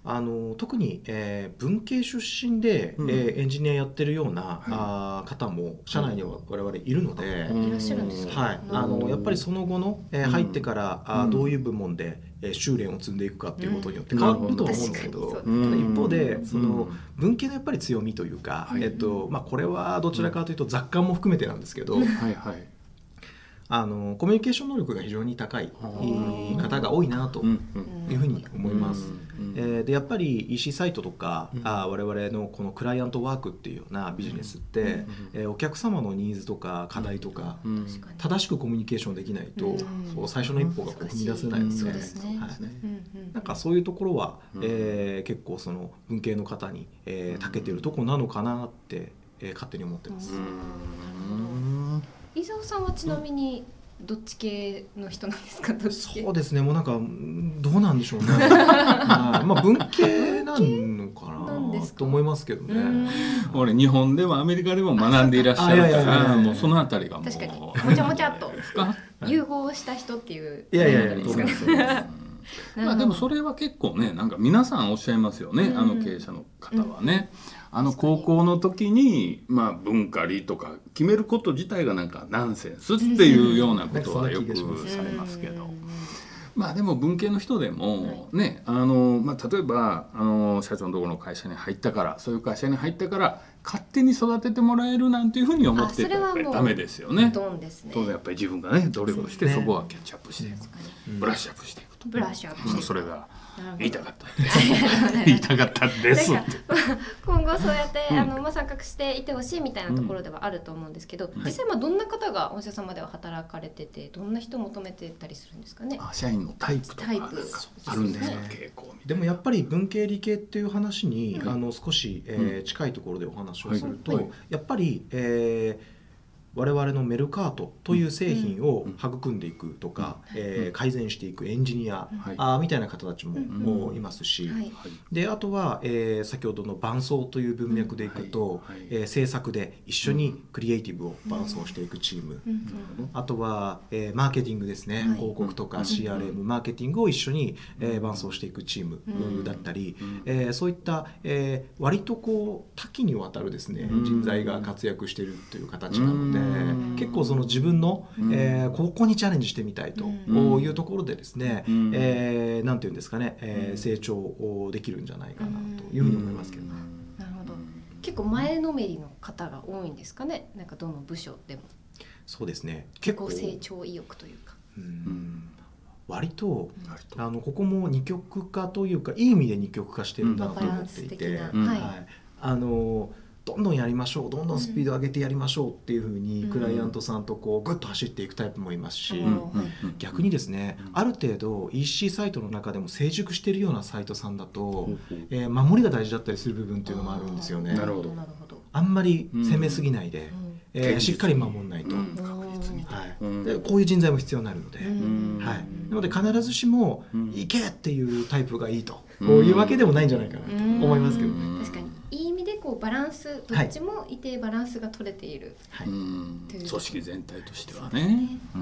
あの特に、えー、文系出身で、うん、えー、エンジニアやってるような、はい、あ方も社内には我々いるので、 いらっしゃるんですか。 はい、あのやっぱりその後の、えー、入ってから、うん、あどういう部門で、えー、修練を積んでいくかっていうことによって変わるとは思うんですけど、うん、一方でその文系のやっぱり強みというか、うん、えーとまあ、これはどちらかというと雑感も含めてなんですけど、はいはい、あのコミュニケーション能力が非常に高い方が多いなというふうに思います。えー、でやっぱり イーシー サイトとか、うん、あ我々のこのクライアントワークっていうようなビジネスって、うん、えー、お客様のニーズとか課題とか、うん、正しくコミュニケーションできないと、うん、そう最初の一歩がこう踏み出せないので、なんかそういうところは、うん、えー、結構その文系の方に、えー、長けてるとこなのかなって、えー、勝手に思ってます。 伊沢さんはちなみにどっち系の人なんですか。どっち系。 そうですね、もうなんかどうなんでしょうねまあ文系なのかなと思いますけどね。 俺日本でもアメリカでも学んでいらっしゃるからもうそのあたりがもう確かにもちゃもちゃっと融合した人っていういやいやいやそうですまあでもそれは結構ね、なんか皆さんおっしゃいますよね、あの経営者の方はね、うん、あの高校の時に、まあ、文化理とか決めること自体がなんかナンセンスっていうようなことはよくされますけど、まあでも文系の人でもね、あの、まあ、例えばあの社長のところの会社に入ったから、そういう会社に入ったから勝手に育ててもらえるなんていうふうに思ってたらやっぱりダメですよね。当然やっぱり自分がね努力をしてそこはキャッチアップしていく、ブラッシュアップしていくと、 ブラッシュアップしていく、 それが言いたかったです言いたかったです今後そうやって、うん、あのまあ、参画していてほしいみたいなところではあると思うんですけど、うん、実際まあどんな方が御社様では働かれてて、どんな人を求めてたりするんですかね。 あ、社員のタイプとかなんかあるんですか、傾向みたいな。 でもやっぱり文系理系っていう話に、うん、あの少し、えー、近いところでお話をすると、はい、やっぱり、えー我々のメルカートという製品を育んでいくとか、うん、えー、改善していくエンジニア、うん、あみたいな方たちも、うん、いますし、はい、であとは、えー、先ほどの伴走という文脈でいくと、うん、はい、えー、制作で一緒にクリエイティブを伴走していくチーム、うん、あとは、えー、マーケティングですね、はい、広告とか シーアールエム、うん、マーケティングを一緒に、えー、伴走していくチームだったり、うん、えー、そういった、えー、割とこう多岐にわたるですね、うん、人材が活躍しているという形なので、結構その自分の、うん、えー、ここにチャレンジしてみたいというところでですね、うん、えー、なんていうんですかね、えー、成長できるんじゃないかなというふうに思いますけどね。 うん、なるほど。結構前のめりの方が多いんですかね。なんかどの部署でも。 そうですね。 結構成長意欲というか。うん、 割と、うん、あのここも二極化というかいい意味で二極化してるなと思っていて、うん、はい、はい、あのどんどんやりましょう、どんどんスピード上げてやりましょうっていう風にクライアントさんとこうグッと走っていくタイプもいますし、うん、逆にですね、ある程度 イーシー サイトの中でも成熟しているようなサイトさんだと、えー、守りが大事だったりする部分っていうのもあるんですよね。なるほど。あんまり攻めすぎないで、うん、えー、しっかり守んないと、うん、確実に、はい、でこういう人材も必要になるので、うん、はい、なので必ずしも、うん、行けっていうタイプがいいと、うん、こういうわけでもないんじゃないかなと思いますけどね。 うん、確かにいい意味でこうバランス、どっちもいてバランスが取れている、はい、 うん、組織全体としてはね。うん、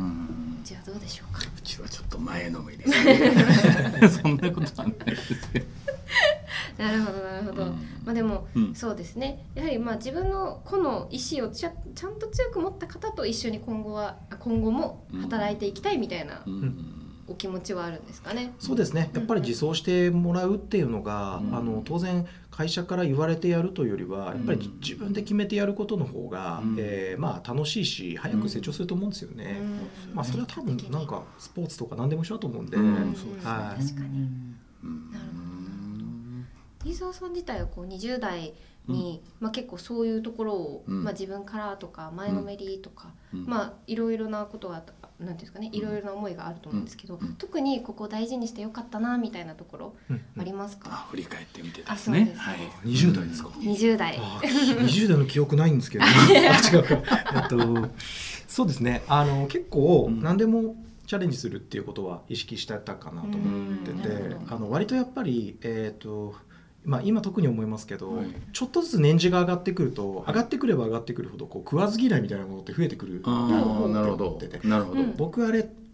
じゃあどうでしょうか。 うちはちょっと前のめりですそんなことはないですよなるほどなるほど、うん、まあでも、うん、そうですね、やはりまあ自分の個の意思をちゃ、ちゃんと強く持った方と一緒に今後は今後も働いていきたいみたいな、うんうん、お気持ちはあるんですかね。 そうですね、やっぱり自走してもらうっていうのが、うん、あの当然会社から言われてやるというよりはやっぱり自分で決めてやることの方が、うん、えー、まあ楽しいし早く成長すると思うんですよね。うん、まあそれは多分なんかスポーツとか何でも一緒だと思うんで、うん、そうですね、はい、確かに、 うん、なるほど。飯沢さん自体はこうにじゅう代に、うん、まあ、結構そういうところを、うん、まあ、自分からとか前のめりとか、うん、まあいろいろなことがなんていうんですかね、いろいろな思いがあると思うんですけど、うん、特にここを大事にしてよかったなみたいなところありますか？うんうん、 あ、振り返ってみてですね。あ、そうです、 はい、にじゅう代ですか？ にじゅう代。 にじゅう代の記憶ないんですけど、ね、あ、違うか。えっとそうですね。あの結構何でもチャレンジするっていうことは意識してたかなと思ってて、あの割とやっぱりえっと。まあ、今特に思いますけど、はい、ちょっとずつ年次が上がってくると、はい、上がってくれば上がってくるほどこう食わず嫌いみたいなものって増えてくるなと思ってて、僕あれ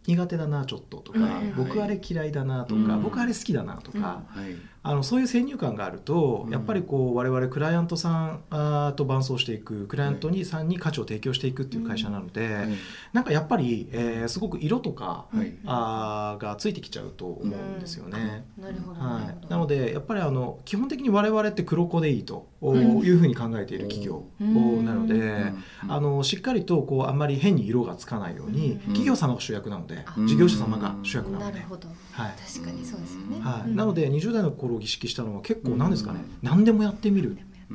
苦手だなちょっととか、はい、僕あれ嫌いだなとか、うん、僕あれ好きだなとか、うん、あのそういう先入観があると、うん、やっぱりこう我々クライアントさんあと伴走していくクライアントにさんに価値を提供していくっていう会社なので、うん、なんかやっぱり、えー、すごく色とか、はい、あがついてきちゃうと思うんですよね。なのでやっぱりあの基本的に我々って黒子でいいというふうに考えている企業なので、うん、あのしっかりとこうあんまり変に色がつかないように、うん、企業様が主役なので、うん、事業者様が主役なので、 なるほど、はい、確かにそうですよね、 はい、なのでにじゅう代の頃を意識したのは結構何ですかね、うん、何でもやってみる、うん、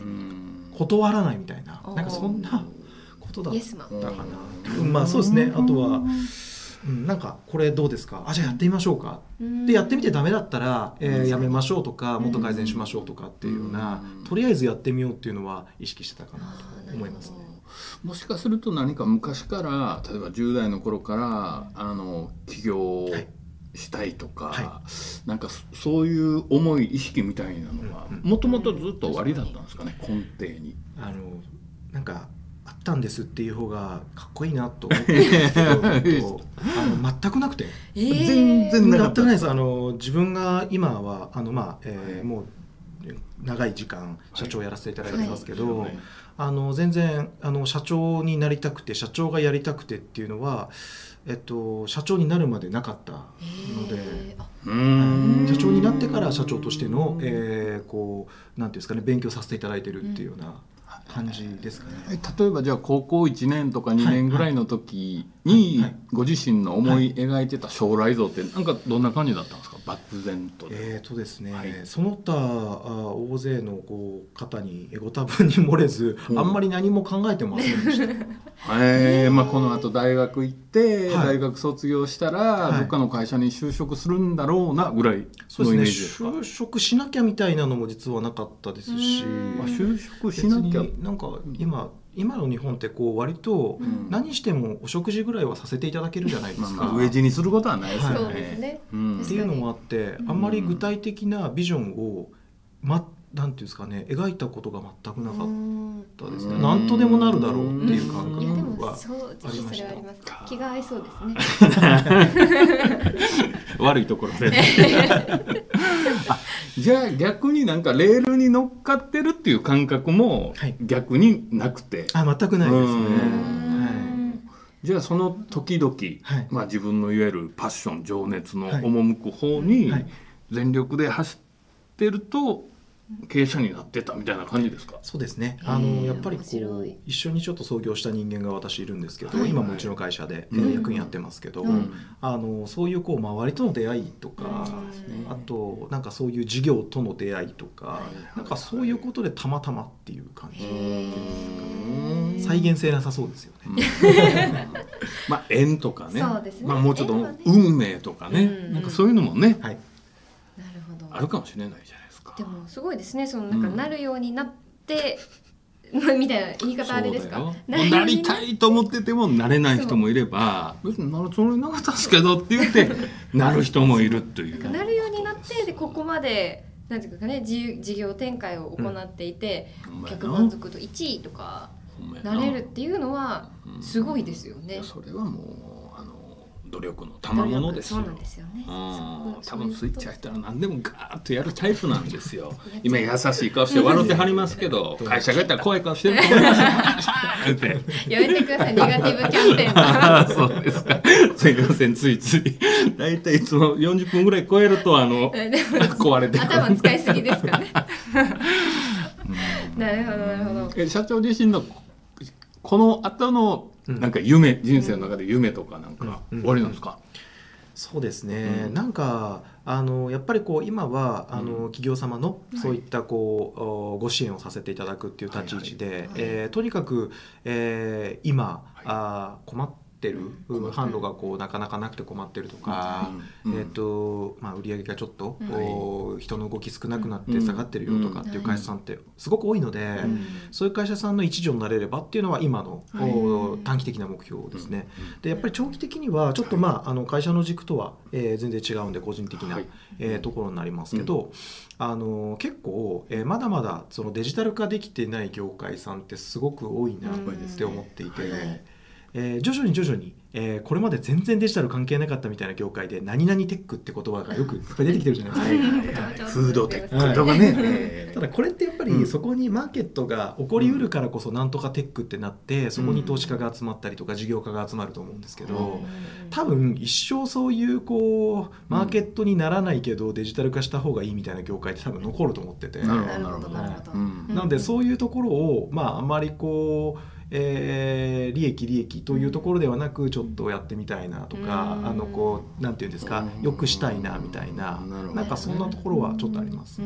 断らないみたいな、なんかそんなことだったかな、うん、まあそうですね。あとは、うん、なんかこれどうですか、あじゃあやってみましょうか、うん、でやってみてダメだったら、えー、やめましょうとかもっと改善しましょうとかっていうような、うん、とりあえずやってみようっていうのは意識してたかなと思いますね。 もしかすると何か昔から例えばじゅう代の頃からあの起業したいとか、はいはい、なんかそういう思い意識みたいなのはもともとずっと終わりだったんですかね、根底に。あのなんかあったんですっていう方がかっこいいなと思ってるんですけどあの全くなくて、 えー、 全然なかった。全くないです。あの自分が今はあの、まあえー、もう長い時間社長をやらせていただいてますけど、はいはい、あの全然あの社長になりたくて社長がやりたくてっていうのは、えっと、社長になるまでなかったので、はい、社長になってから社長としての、えー、こうなんていうんですかね、勉強させていただいてるっていうような感じですかね。 例えばじゃあ高校いちねんとかにねんぐらいの時にご自身の思い描いてた将来像ってなんかどんな感じだったんですか、漠然と。 えーとですね、はい、その他大勢のこう方にご多分に漏れず、うん、あんまり何も考えてませんでした。 えーまあ、このあと大学行って、はい、大学卒業したら、はい、どっかの会社に就職するんだろうなぐらいのイメージですか。 そうですね、就職しなきゃみたいなのも実はなかったですし、 まあ、就職しなきゃなんか今今の日本ってこう割と何してもお食事ぐらいはさせていただけるじゃないですか、 うん、飢え死にすることはないですよね、 そうですね、 うん、っていうのもあってあんまり具体的なビジョンを、ま、なんていうんですかね、描いたことが全くなかったですね。何とでもなるだろうっていう感覚はありました。 気が合いそうですね悪いところであ、じゃあ逆になんかレールに乗っかってるっていう感覚も逆になくて、 はい、あ全くないですね。はい、 じゃあその時々、はい、まあ、自分のいわゆるパッション情熱の赴く方に全力で走ってると経営者になってたみたいな感じですか。 そうですね、あのやっぱりこう一緒にちょっと創業した人間が私いるんですけど、はいはい、今もうちの会社で、うん、役員やってますけど、うん、あのそういうこう周りとの出会いとか、うん、あとなんかそういう事業との出会いとか、はい、なんかそういうことでたまたまっていう感じですかね。再現性なさそうですよねまあ縁とかね、 そうですね、 まあ、もうちょっと運命とかね、ね、なんかそういうのもね、はい、 なるほど、 あるかもしれないじゃないですか。 でもすごいですね、そのなんかなるようになって、うん、みたいな言い方あれですか。 な, なりたいと思っててもなれない人もいれば、別になるつもりなかったんですけどって言ってなる人もいるという。 なるようになってでここまでなんていうかね、事, 事業展開を行っていて、うん、お客満足度いちいとかなれるっていうのはすごいですよね。 うん、それはもう努力の賜物ですよ。 そうなんですよね。 多分スイッチ入ったら何でもガーッとやるタイプなんですよ。今優しい顔して笑ってはりますけど、会社がやったら怖い顔してると思いますよやめてください、ネガティブキャンペーンそうですか。すいません、ついついだいたいいつもよんじゅっぷんぐらい超えるとあの壊れてくる。 頭使いすぎですかねなるほどなるほど。 え社長自身のこの後のなんか夢、うん、人生の中で夢とかなんか終わりなんですか。うんうん、 そうですね、うん、なんかあのやっぱりこう今はあの、うん、企業様のそういったこう、はい、ご支援をさせていただくっていう立ち位置で、はいはい、えー、とにかく、えー、今、はい、あ困ってる販路がこうなかなかなくて困ってるとか、うんうん、えーとまあ、売上がちょっと、うん、人の動き少なくなって下がってるよとかっていう会社さんってすごく多いので、うん、そういう会社さんの一助になれればっていうのは今の、うん、短期的な目標ですね。うん、でやっぱり長期的にはちょっと、まあ、あの会社の軸とは、えー、全然違うんで個人的な、はい、えー、ところになりますけど、うん、あの結構、えー、まだまだそのデジタル化できてない業界さんってすごく多いなって思っていて、うん、 えー、徐々に徐々に、えー、これまで全然デジタル関係なかったみたいな業界で何々テックって言葉がよく出てきてるじゃないですか。 フードテックとかね、 はい、ただこれってやっぱりそこにマーケットが起こりうるからこそなんとかテックってなってそこに投資家が集まったりとか事業家が集まると思うんですけど、多分一生そういうこうマーケットにならないけどデジタル化した方がいいみたいな業界って多分残ると思ってて、 なるほどなるほど。 なのでそういうところをまああまりこうえー、利益利益というところではなくちょっとやってみたいなとか、あのこうなんていうんですか、よくしたいなみたいな、なんかそんなところはちょっとあります。 うん、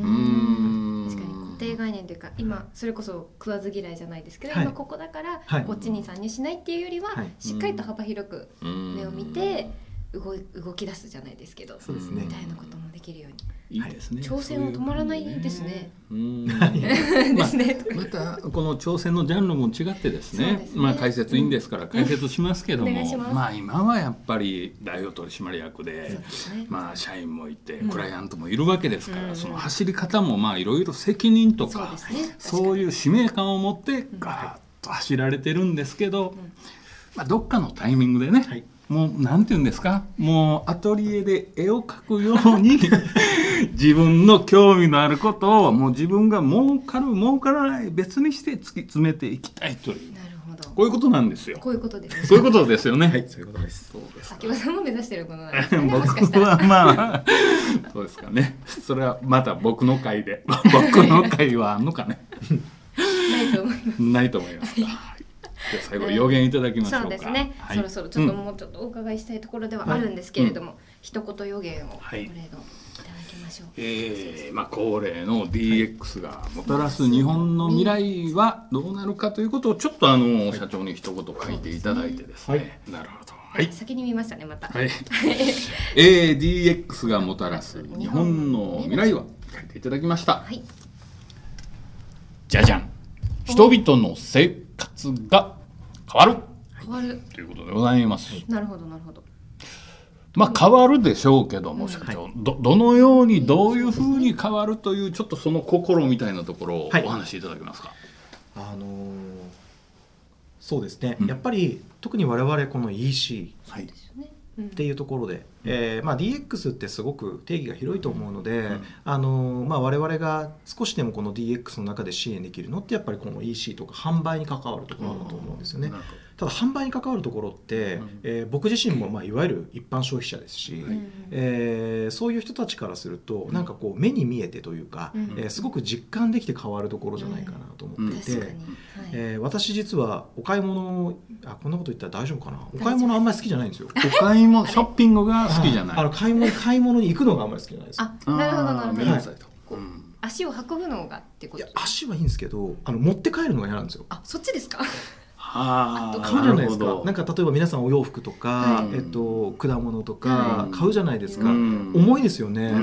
確かに固定概念というか今それこそ食わず嫌いじゃないですけど、はい、今ここだからこっちに参入しないっていうよりは、はい、しっかりと幅広く目を見て動い動き出すじゃないですけど、 そうですね、 みたいなこともできるように。 いいですね。 挑戦は止まらないですね。 ですね。またこの挑戦のジャンルも違ってですね。まあ解説委員ですから解説しますけども、まあ今はやっぱり代表取締役で、まあ社員もいてクライアントもいるわけですから、その走り方もまあいろいろ責任とかそういう使命感を持ってガーッと走られてるんですけど、まあどっかのタイミングでね。もうなんていうんですか、もうアトリエで絵を描くように自分の興味のあることをもう自分が儲かる儲からない別にして突き詰めていきたいという、 なるほど、 こういうことなんですよ。 こういうことです。 そういうことですよね。 はい、そういうことです。そうです。 秋葉さんも目指してることなんですね。 僕はまあそうですかね。それはまた僕の会で僕の会はあんのかね。 ないと思います。 ないと思います。で最後予言いただきましょうか。 そうですね、はい、そろそろちょっともうちょっとお伺いしたいところではあるんですけれども、うん、一言予言をこれのいただきましょう。 えーまあ、恒例の ディーエックス がもたらす日本の未来はどうなるかということをちょっとあの、はい、社長に一言書いていただいてですね、はい、なるほど、 はい、先に見ましたねまた、 はいえー、ディーエックス がもたらす日本の未来は書いていただきました、はい、じゃじゃん、人々の生活が変わる変わるということでございます。 なるほどなるほど。 まあ変わるでしょうけども、社長、どどのようにどういうふうに変わるというちょっとその心みたいなところをお話しいただけますか。 はい、あのー、そうですね、うん、やっぱり特に我々この イーシー、はい、っていうところで、えーまあ、ディーエックス ってすごく定義が広いと思うので、うんあのーまあ、我々が少しでもこの ディーエックス の中で支援できるのってやっぱりこの イーシー とか販売に関わるところだと思うんですよね。ただ販売に関わるところって、うんえー、僕自身もまあいわゆる一般消費者ですし、うんえー、そういう人たちからすると、うん、なんかこう目に見えてというか、うんえー、すごく実感できて変わるところじゃないかなと思っていて、うんはいえー、私実はお買い物あこんなこと言ったら大丈夫かな、お買い物あんまり好きじゃないんですよ。 お買い物ショッピングが好きじゃない。 あの買い物買い物に行くのがあんまり好きじゃないです。 あなるほどなるほど、はいうん、 足を運ぶのがってこと。 いや足はいいんですけどあの持って帰るのが嫌なんですよ。 あそっちですか。 はあ、 買うじゃないですか。なんか例えば皆さんお洋服とか、はいえっと、果物とか買うじゃないですか、うん、重いですよね、うん、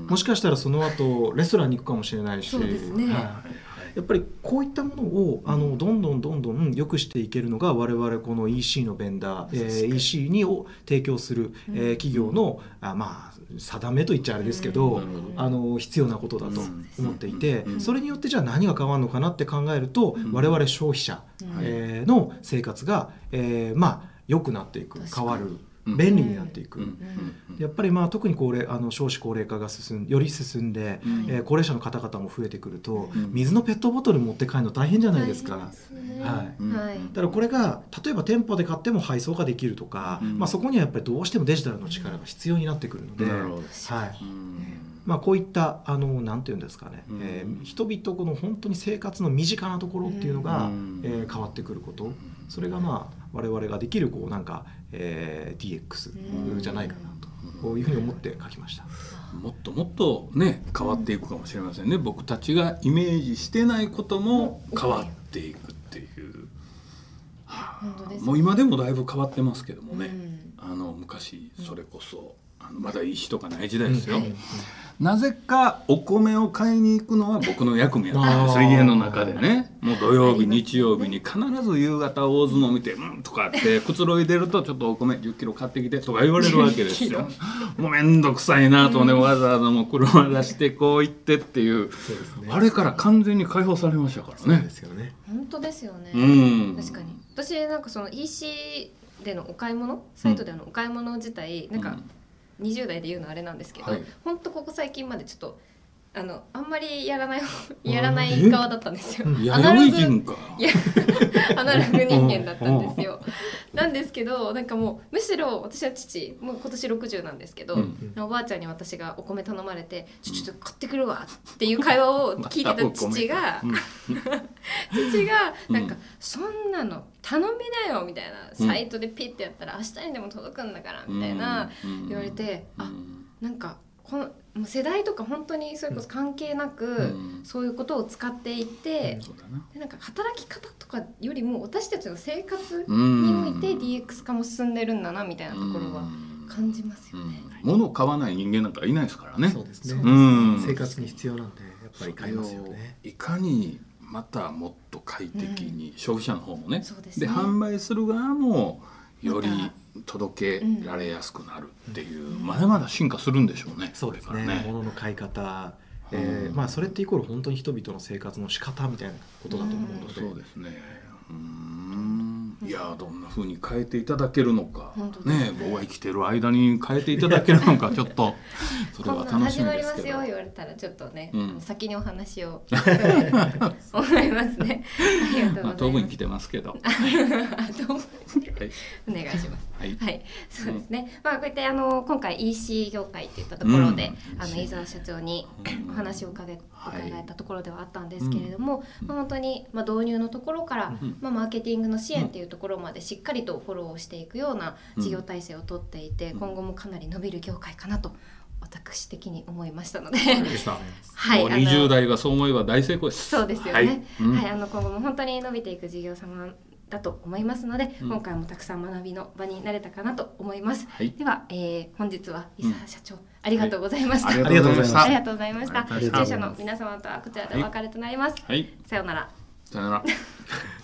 もしかしたらその後レストランに行くかもしれないし、 そうですね、はいやっぱりこういったものをあのどんどんどんどん良くしていけるのが我々この イーシー のベンダー、えー、イーシー にを提供する、えー、企業のあまあ定めと言っちゃあれですけど、うん、あの必要なことだと思っていて、うん、それによってじゃあ何が変わるのかなって考えると、うん、我々消費者、うんえー、の生活が、えー、まあ良くなっていく変わる。便利になっていく、うんうん、やっぱりまあ特に高齢あの少子高齢化が進んより進んで、うんえー、高齢者の方々も増えてくると、うん、水のペットボトル持って帰るの大変じゃないですか。はいうん、だからこれが例えば店舗で買っても配送ができるとか、うんまあ、そこにはやっぱりどうしてもデジタルの力が必要になってくるので、はいまあ、こういったあのなんていうんですかね、うんえー、人々の本当に生活の身近なところっていうのが、うんえー、変わってくること、それがまあ我々ができるこうなんか、えー、ディーエックス じゃないかなとこういうふうに思って書きました。 もっともっとね変わっていくかもしれませんね。僕たちがイメージしてないことも変わっていくっていう、はあ、もう今でもだいぶ変わってますけどもね、うん、あの昔それこそあのまだ石とかない時代ですよ、うん、なぜかお米を買いに行くのは僕の役目やったんです家の中でね。もう土曜日日曜日に必ず夕方大相撲見てうんとかってくつろいでるとちょっとお米じゅっキロ買ってきてとか言われるわけですよもうめんどくさいなとね、うん、わざわざもう車出してこう行ってっていう、そうですね、あれから完全に解放されましたからね。 そうですよね。 本当ですよね、 うん、 確かに私なんかその イーシー でのお買い物サイトでのお買い物自体、うん、なんかにじゅう代で言うのあれなんですけど、はい、ほんとここ最近までちょっとあのあんまりやらないやらない側だったんですよ。 アナログ人か。 いやアナログ人間だったんですよ。なんですけどなんかもうむしろ私は父もう今年ろくじゅうなんですけど、うん、おばあちゃんに私がお米頼まれてちょちょっと買ってくるわっていう会話を聞いてた父が父がなんか、うん、そんなの頼みなよみたいなサイトでピッてやったら明日にでも届くんだからみたいな言われて、あなんかこのもう世代とか本当にそれこそ関係なく、うん、そういうことを使っていて、うん、でなんか働き方とかよりも私たちの生活において ディーエックス 化も進んでるんだなみたいなところは感じますよね。 うん、物を買わない人間なんかいないですからね。 そうですね。うん、生活に必要なんでやっぱり買いますよね。 いかにまたもっと快適に、うん、消費者の方もね、そうですね、で販売する側もより届けられやすくなるっていう、うん、まだまだ進化するんでしょうね。 そうですね。物の買い方、えーまあ、それってイコール本当に人々の生活の仕方みたいなことだと思うので、 うん、そうですね。うーん、いやどんな風に変えていただけるのか、ね、僕が生きてる間に変えていただけるのかちょっとそれは楽しみですけど。 始まりますよ言われたらちょっとね、うん、先にお話を思いますね。ありがとうございます。まあ、 当分生きてますけど。 はい、お願いします。はい、はい、そうですね。うん、まあこういったあの今回 イーシー 業界といったところで、うん、あの伊沢社長にお話を伺え、伺えたところではあったんですけれども、うん、まあ、本当にまあ導入のところから、うん、まあマーケティングの支援っていうところまでしっかりとフォローをしていくような事業体制をとっていて、うん、今後もかなり伸びる業界かなと私的に思いましたので、 はい、にじゅう代がそう思えば大成功です。 そうですよね。はい、うん、はい、あの今後も本当に伸びていく事業様だと思いますので、うん、今回もたくさん学びの場になれたかなと思います。はい、では、えー、本日は伊沢社長、うん、ありがとうございました。はい、 ありがとうございました。 ありがとうございました。視聴者の皆様とはこちらでお別れとなります。はい、さようなら。 さようなら。